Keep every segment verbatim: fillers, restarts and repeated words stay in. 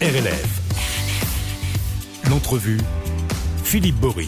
R L F. L'entrevue, Philippe Bory.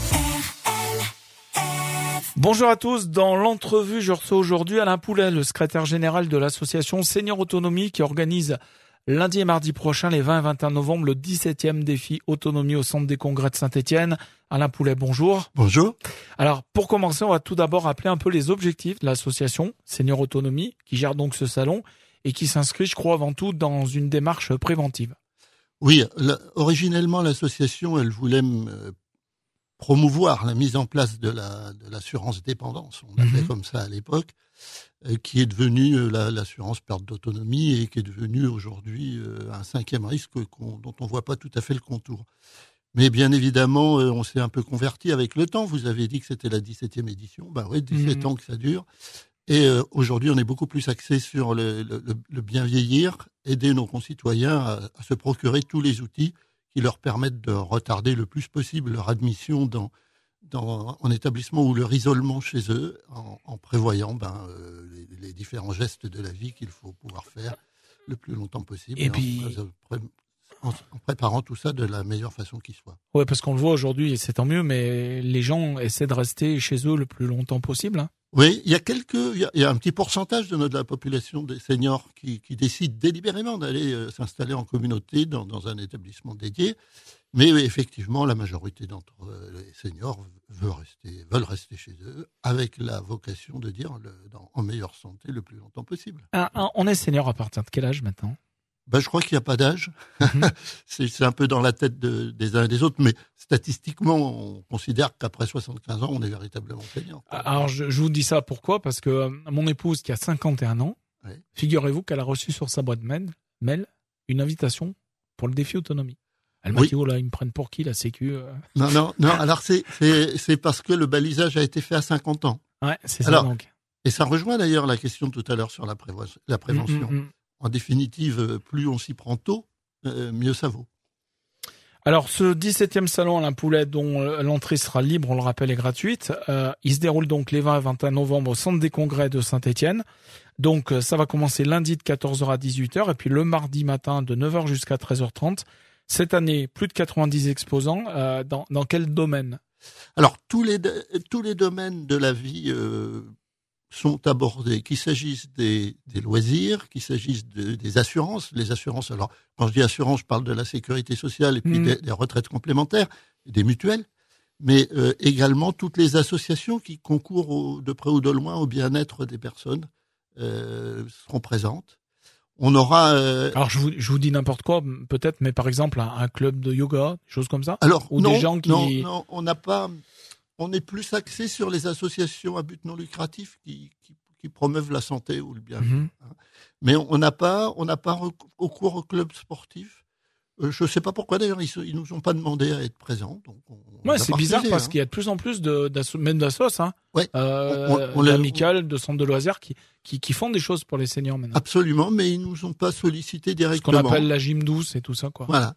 Bonjour à tous. Dans l'entrevue, je reçois aujourd'hui Alain Poulet, le secrétaire général de l'association Senior Autonomie, qui organise lundi et mardi prochain, les vingt et vingt et un novembre, le dix-septième défi autonomie au centre des congrès de Saint-Étienne. Alain Poulet, bonjour. Bonjour. Alors, pour commencer, on va tout d'abord rappeler un peu les objectifs de l'association Senior Autonomie, qui gère donc ce salon et qui s'inscrit, je crois, avant tout dans une démarche préventive. Oui, la, originellement, l'association, elle voulait euh, promouvoir la mise en place de, la, de l'assurance dépendance, on l'appelait mmh. comme ça à l'époque, euh, qui est devenue euh, la, l'assurance perte d'autonomie et qui est devenue aujourd'hui euh, un cinquième risque qu'on, dont on ne voit pas tout à fait le contour. Mais bien évidemment, euh, on s'est un peu converti avec le temps. Vous avez dit que c'était la dix-septième édition. Ben oui, dix-sept mmh. ans que ça dure. Et euh, aujourd'hui, on est beaucoup plus axé sur le, le, le bien vieillir, aider nos concitoyens à, à se procurer tous les outils qui leur permettent de retarder le plus possible leur admission dans, dans, en établissement ou leur isolement chez eux, en, en prévoyant ben, euh, les, les différents gestes de la vie qu'il faut pouvoir faire le plus longtemps possible. Et, et puis... En, en préparant tout ça de la meilleure façon qui soit. Ouais, parce qu'on le voit aujourd'hui, et c'est tant mieux, mais les gens essaient de rester chez eux le plus longtemps possible. Hein. Oui, il y a quelques, il y a, il y a un petit pourcentage de, notre, de la population des seniors qui, qui décident délibérément d'aller euh, s'installer en communauté dans, dans un établissement dédié. Mais oui, effectivement, la majorité d'entre euh, les seniors veulent rester, veulent rester chez eux avec la vocation de dire le, dans, en meilleure santé le plus longtemps possible. Ah, on est senior à partir de quel âge maintenant ? Ben, je crois qu'il n'y a pas d'âge. Mm-hmm. c'est, c'est un peu dans la tête de, des uns et des autres, mais statistiquement, on considère qu'après soixante-quinze ans, on est véritablement senior. Alors, je, je vous dis ça pourquoi ? Parce que mon épouse, qui a cinquante et un ans, oui. Figurez-vous qu'elle a reçu sur sa boîte mail, mail une invitation pour le défi autonomie. Elle m'a oui. dit, oh là, ils me prennent pour qui, la Sécu euh... Non, non, non, alors c'est, c'est, c'est parce que le balisage a été fait à cinquante ans. Ouais, c'est ça alors, donc. Et ça rejoint d'ailleurs la question tout à l'heure sur la, prévo- la prévention. Mm-hmm. En définitive, plus on s'y prend tôt, euh, mieux ça vaut. Alors, ce dix-septième salon Alain Poulet, dont l'entrée sera libre, on le rappelle, et gratuite, euh, il se déroule donc les vingt et vingt et un novembre au centre des congrès de Saint-Étienne. Donc, ça va commencer lundi de quatorze heures à dix-huit heures et puis le mardi matin de neuf heures jusqu'à treize heures trente. Cette année, plus de quatre-vingt-dix exposants. Euh, dans, dans quel domaine ? Alors, tous les, tous les domaines de la vie... Euh sont abordés, qu'il s'agisse des, des loisirs, qu'il s'agisse de, des assurances. Les assurances, alors, quand je dis assurance, je parle de la sécurité sociale et puis mmh. des, des retraites complémentaires, des mutuelles, mais euh, également toutes les associations qui concourent au, de près ou de loin au bien-être des personnes euh, seront présentes. On aura... Euh... Alors, je vous, je vous dis n'importe quoi, peut-être, mais par exemple, un, un club de yoga, des choses comme ça ? Alors, ou non, des gens qui... non, non, on n'a pas... On est plus axé sur les associations à but non lucratif qui, qui, qui promeuvent la santé ou le bien-être. Mmh. Mais on n'a pas, on n'a pas recours au club sportif. Euh, je ne sais pas pourquoi d'ailleurs ils, ils nous ont pas demandé à être présents. Donc on, ouais, on c'est bizarre parce hein. qu'il y a de plus en plus de d'asso, même d'assos, hein, ouais. euh, on, on, on d'amicales, de centres de loisirs qui, qui qui font des choses pour les seniors maintenant. Absolument, mais ils nous ont pas sollicité directement. Ce qu'on appelle la gym douce et tout ça, quoi. Voilà.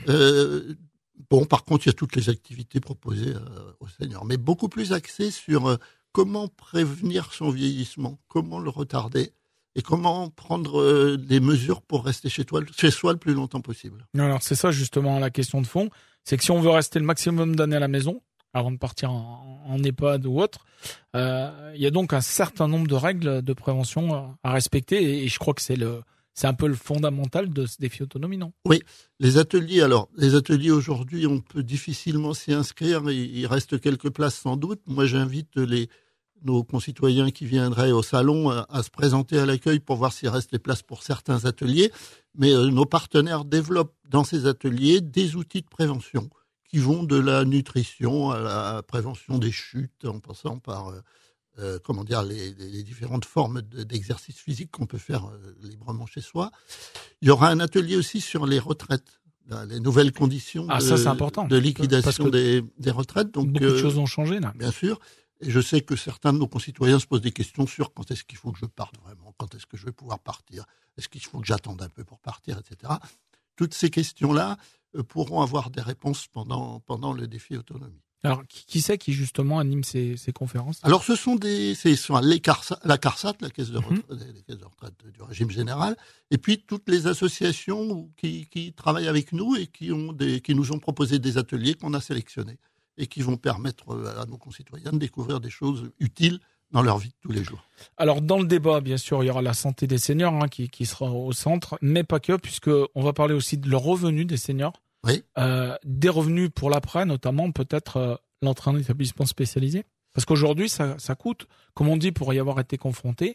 Euh, Bon, par contre, il y a toutes les activités proposées euh, aux seniors, mais beaucoup plus axées sur euh, comment prévenir son vieillissement, comment le retarder et comment prendre euh, des mesures pour rester chez toi, chez soi le plus longtemps possible. Alors, c'est ça justement la question de fond, c'est que si on veut rester le maximum d'années à la maison, avant de partir en, en EHPAD ou autre, euh, il y a donc un certain nombre de règles de prévention à respecter et, et je crois que c'est le... C'est un peu le fondamental de ce défi autonomie, non ? Oui, les ateliers, alors, les ateliers aujourd'hui, on peut difficilement s'y inscrire, il reste quelques places sans doute. Moi, j'invite les, nos concitoyens qui viendraient au salon à, à se présenter à l'accueil pour voir s'il reste des places pour certains ateliers. Mais euh, nos partenaires développent dans ces ateliers des outils de prévention qui vont de la nutrition à la prévention des chutes, en passant par... Euh, Euh, comment dire, les, les différentes formes de, d'exercice physique qu'on peut faire euh, librement chez soi. Il y aura un atelier aussi sur les retraites, là, les nouvelles conditions ah, de, ça, c'est important. de liquidation des, des retraites. Donc, beaucoup euh, de choses ont changé, là. Bien sûr. Et je sais que certains de nos concitoyens se posent des questions sur quand est-ce qu'il faut que je parte vraiment, quand est-ce que je vais pouvoir partir, est-ce qu'il faut que j'attende un peu pour partir, et cetera. Toutes ces questions-là euh, pourront avoir des réponses pendant, pendant le défi autonomie. Alors, qui, qui c'est qui justement anime ces, ces conférences? Alors, ce sont des, c'est sont les CARSAT, la CARSAT, la caisse de retraite, Mmh. les caisses de retraite du régime général, et puis toutes les associations qui, qui travaillent avec nous et qui ont des, qui nous ont proposé des ateliers qu'on a sélectionnés et qui vont permettre à nos concitoyens de découvrir des choses utiles dans leur vie de tous les jours. Alors, dans le débat, bien sûr, il y aura la santé des seniors hein, qui, qui sera au centre, mais pas que, puisque on va parler aussi de leurs revenus des seniors. Oui. Euh, des revenus pour l'après, notamment peut-être euh, l'entrée en établissement spécialisé. Parce qu'aujourd'hui, ça, ça coûte. Comme on dit, pour y avoir été confronté,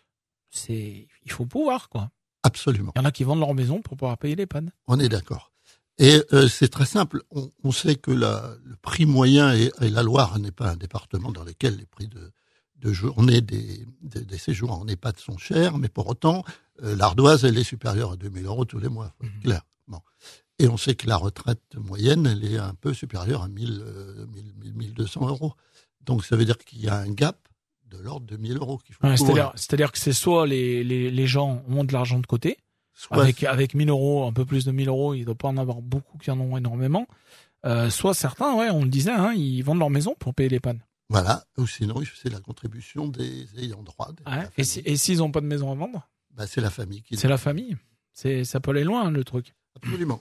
c'est, il faut pouvoir, quoi. Absolument. Il y en a qui vendent leur maison pour pouvoir payer les pannes. On est d'accord. Et euh, c'est très simple. On, on sait que la, le prix moyen, et, et la Loire n'est pas un département dans lequel les prix de, de journée des, des, des séjours en EHPAD sont chers, mais pour autant, euh, l'ardoise, elle est supérieure à deux mille euros tous les mois. Mmh. Clair. Bon. Et on sait que la retraite moyenne, elle est un peu supérieure à mille, mille deux cents euros. Donc, ça veut dire qu'il y a un gap de l'ordre de mille euros qu'il faut ouais, couvrir. C'est-à-dire, c'est-à-dire que c'est soit les, les, les gens ont de l'argent de côté, soit avec, avec mille euros, un peu plus de mille euros, il ne doit pas en avoir beaucoup qui en ont énormément, euh, soit certains, ouais, on le disait, hein, ils vendent leur maison pour payer les pannes. Voilà, ou sinon, c'est la contribution des ayants droit. Des, ouais, et, si, et s'ils n'ont pas de maison à vendre bah, c'est la famille qui... C'est la famille. C'est, ça peut aller loin, hein, le truc. Absolument.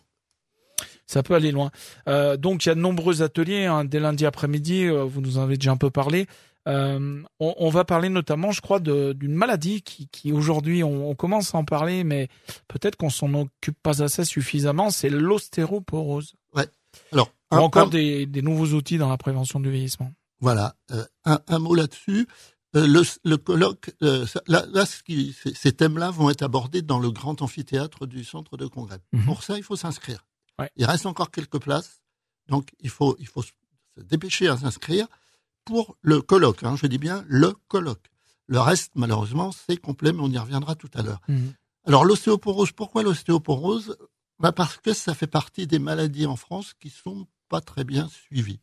Ça peut aller loin. Euh, donc, il y a de nombreux ateliers. Hein, dès lundi après-midi, euh, vous nous en avez déjà un peu parlé. Euh, on, on va parler notamment, je crois, de, d'une maladie qui, qui aujourd'hui, on, on commence à en parler, mais peut-être qu'on s'en occupe pas assez suffisamment. C'est l'ostéoporose. Ouais. Alors, un, un, encore un, des, des nouveaux outils dans la prévention du vieillissement. Voilà. Euh, un, un mot là-dessus. Euh, le, le colloque, euh, là, là ce qui, ces, ces thèmes-là vont être abordés dans le grand amphithéâtre du centre de congrès. Mmh. Pour ça, il faut s'inscrire. Ouais. Il reste encore quelques places, donc il faut, il faut se dépêcher à s'inscrire pour le colloque. Hein, je dis bien le colloque. Le reste, malheureusement, c'est complet, mais on y reviendra tout à l'heure. Mmh. Alors, l'ostéoporose, pourquoi l'ostéoporose? Bah parce que ça fait partie des maladies en France qui sont pas très bien suivies.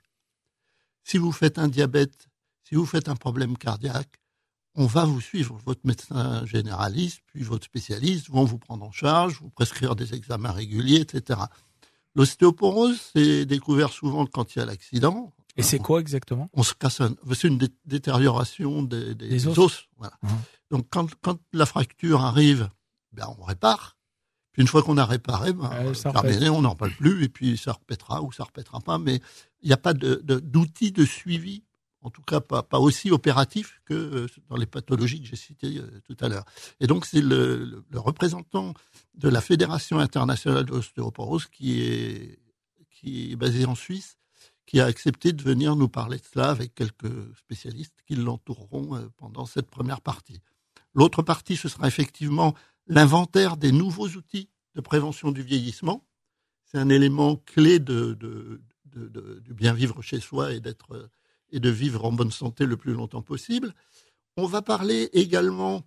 Si vous faites un diabète, si vous faites un problème cardiaque, on va vous suivre. Votre médecin généraliste, puis votre spécialiste vont vous prendre en charge, vous prescrire des examens réguliers, et cetera. L'ostéoporose, c'est découvert souvent quand il y a l'accident. Et c'est quoi exactement? On se casse un... C'est une dé- détérioration des, des, des os. os voilà. Mmh. Donc quand, quand la fracture arrive, ben on répare. Puis une fois qu'on a réparé, ben, euh, terminé, on n'en parle plus, et puis ça repètera ou ça repètera pas. Mais il n'y a pas de, de, d'outils de suivi, en tout cas pas, pas aussi opératif que euh, dans les pathologies que j'ai citées euh, tout à l'heure. Et donc c'est le, le, le représentant de la Fédération internationale de l'ostéoporose qui est, qui est basé en Suisse, qui a accepté de venir nous parler de cela avec quelques spécialistes qui l'entoureront euh, pendant cette première partie. L'autre partie, ce sera effectivement l'inventaire des nouveaux outils de prévention du vieillissement. C'est un élément clé de, de, de, de, du bien vivre chez soi et d'être et de vivre en bonne santé le plus longtemps possible. On va parler également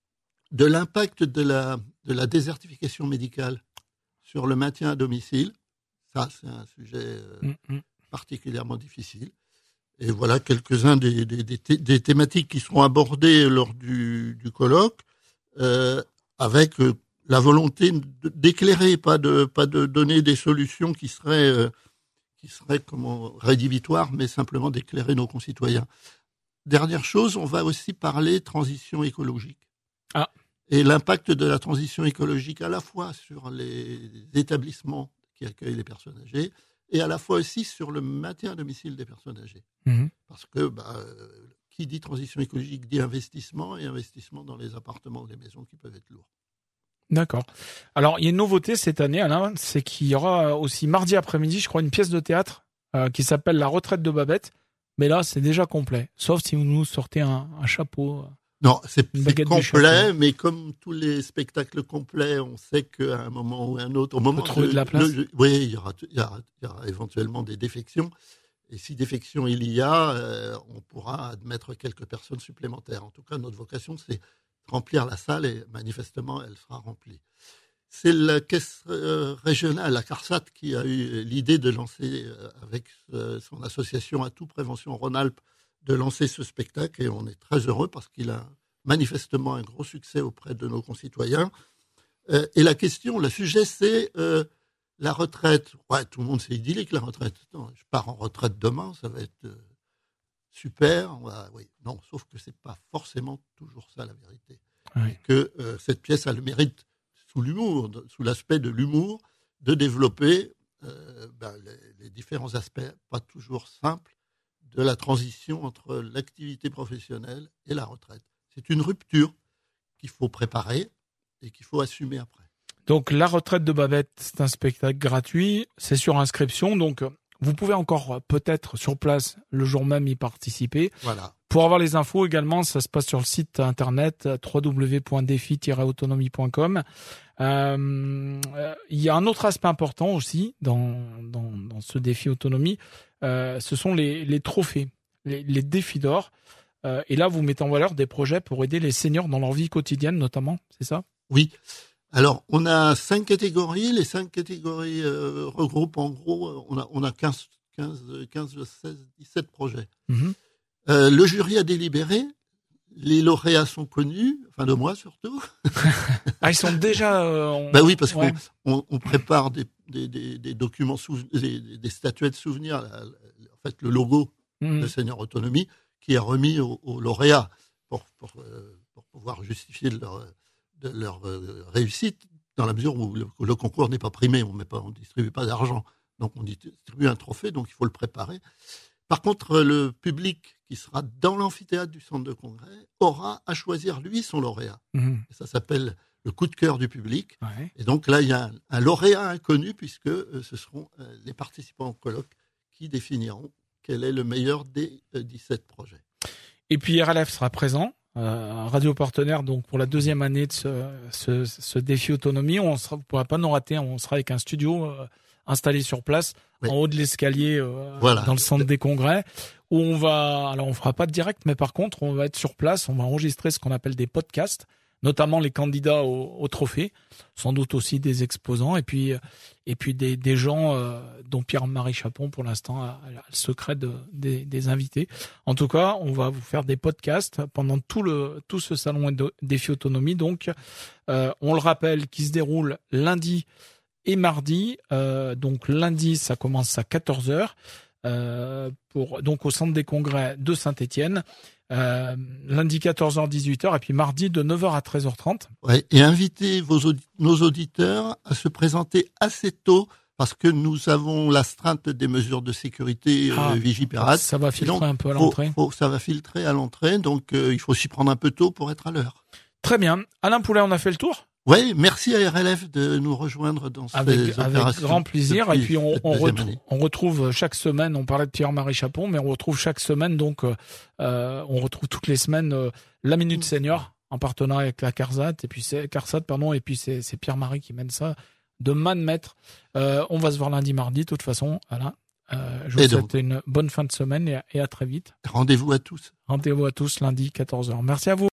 de l'impact de la, de la désertification médicale sur le maintien à domicile. Ça, c'est un sujet euh, mm-hmm. particulièrement difficile. Et voilà quelques-uns des, des, des, des thématiques qui seront abordées lors du, du colloque, euh, avec euh, la volonté d'éclairer, pas de, pas de donner des solutions qui seraient... Euh, qui serait comment rédhibitoire, mais simplement d'éclairer nos concitoyens. Dernière chose, on va aussi parler transition écologique. Ah. Et l'impact de la transition écologique à la fois sur les établissements qui accueillent les personnes âgées et à la fois aussi sur le maintien à domicile des personnes âgées. Mmh. Parce que bah, qui dit transition écologique dit investissement, et investissement dans les appartements ou les maisons qui peuvent être lourds. D'accord. Alors, il y a une nouveauté cette année, Alain, c'est qu'il y aura aussi mardi après-midi, je crois, une pièce de théâtre euh, qui s'appelle La retraite de Babette. Mais là, c'est déjà complet, sauf si vous nous sortez un, un chapeau. Non, c'est, c'est complet, mais comme tous les spectacles complets, on sait qu'à un moment ou à un autre, au moment on peut trouver de, de la place. Le, oui, il y aura, il y aura, il y aura éventuellement des défections. Et si défection il y a, euh, on pourra admettre quelques personnes supplémentaires. En tout cas, notre vocation, c'est remplir la salle, et manifestement, elle sera remplie. C'est la caisse euh, régionale, la CARSAT, qui a eu l'idée de lancer, euh, avec euh, son association Atout Prévention Rhône-Alpes, de lancer ce spectacle, et on est très heureux parce qu'il a manifestement un gros succès auprès de nos concitoyens. Euh, et la question, le sujet, c'est euh, la retraite, ouais, tout le monde c'est idyllique la retraite. Non, je pars en retraite demain, ça va être euh, super. Va, oui, non, sauf que c'est pas forcément toujours ça la vérité. Oui. Et que euh, cette pièce a le mérite, sous l'humour, de, sous l'aspect de l'humour, de développer euh, ben, les, les différents aspects, pas toujours simples, de la transition entre l'activité professionnelle et la retraite. C'est une rupture qu'il faut préparer et qu'il faut assumer après. Donc, La retraite de Babette, c'est un spectacle gratuit, c'est sur inscription, donc vous pouvez encore peut-être sur place le jour même y participer. Voilà. Pour avoir les infos également, ça se passe sur le site internet w w w point défi tiret autonomie point com. Euh, il y a un autre aspect important aussi dans dans, dans ce défi autonomie, euh, ce sont les, les trophées, les, les défis d'or. Euh, et là, vous mettez en valeur des projets pour aider les seniors dans leur vie quotidienne, notamment, c'est ça? Oui. Alors, on a cinq catégories. Les cinq catégories euh, regroupent en gros, on a, on a quinze, quinze, quinze, seize, dix-sept projets. Mm-hmm. Euh, le jury a délibéré. Les lauréats sont connus, enfin de moi surtout. Ah, ils sont déjà. Euh, on... Ben oui, parce ouais. qu'on on, on prépare des, des, des, des documents, souven... des, des statuettes souvenirs, la, la, en fait le logo mm-hmm. de Senior Autonomie, qui est remis aux, aux lauréats pour, pour, euh, pour pouvoir justifier de leur, de leur euh, réussite, dans la mesure où le, où le concours n'est pas primé, on ne distribue pas d'argent, donc on distribue un trophée, donc il faut le préparer. Par contre, le public qui sera dans l'amphithéâtre du centre de congrès aura à choisir lui son lauréat. Mmh. Et ça s'appelle le coup de cœur du public. Ouais. Et donc là, il y a un, un lauréat inconnu puisque euh, ce seront euh, les participants au colloque qui définiront quel est le meilleur des euh, dix-sept projets. Et puis R L F sera présent, euh, radio partenaire donc pour la deuxième année de ce, ce, ce défi autonomie. On sera, vous ne pourrez pas nous rater, on sera avec un studio euh, installé sur place, oui. en haut de l'escalier, euh, voilà. dans le centre des congrès, où on va, alors on fera pas de direct, mais par contre, on va être sur place, on va enregistrer ce qu'on appelle des podcasts, notamment les candidats au, au trophée, sans doute aussi des exposants, et puis, et puis des, des gens, euh, dont Pierre-Marie Chapon, pour l'instant, a, a le secret de, des, des invités. En tout cas, on va vous faire des podcasts pendant tout le, tout ce salon de défi autonomie. Donc, euh, on le rappelle, qui se déroule lundi et mardi. Euh, donc lundi, ça commence à quatorze heures euh, pour donc au centre des congrès de Saint-Étienne. Euh, lundi quatorze heures dix-huit heures et puis mardi de neuf heures à treize heures trente. Ouais, et invitez vos audi- nos auditeurs à se présenter assez tôt parce que nous avons l'astreinte des mesures de sécurité ah, euh, Vigipirate. Ça va filtrer donc, un peu à faut, l'entrée. Faut, ça va filtrer à l'entrée, donc euh, il faut s'y prendre un peu tôt pour être à l'heure. Très bien. Alain Poulet, on a fait le tour. Oui, merci à R L F de nous rejoindre dans avec, ces avec opérations. Avec grand plaisir. Et puis on, on, retrouve, année. on retrouve chaque semaine, on parlait de Pierre-Marie Chapon, mais on retrouve chaque semaine, donc euh, on retrouve toutes les semaines euh, la Minute Senior en partenariat avec la CARSAT, et puis c'est CARSAT, pardon, et puis c'est, c'est Pierre-Marie qui mène ça de main de maître. Euh, on va se voir lundi, mardi, de toute façon. Alain, euh, je vous et souhaite donc, une bonne fin de semaine et à, et à très vite. Rendez-vous à tous. Rendez-vous à tous lundi, quatorze heures. Merci à vous.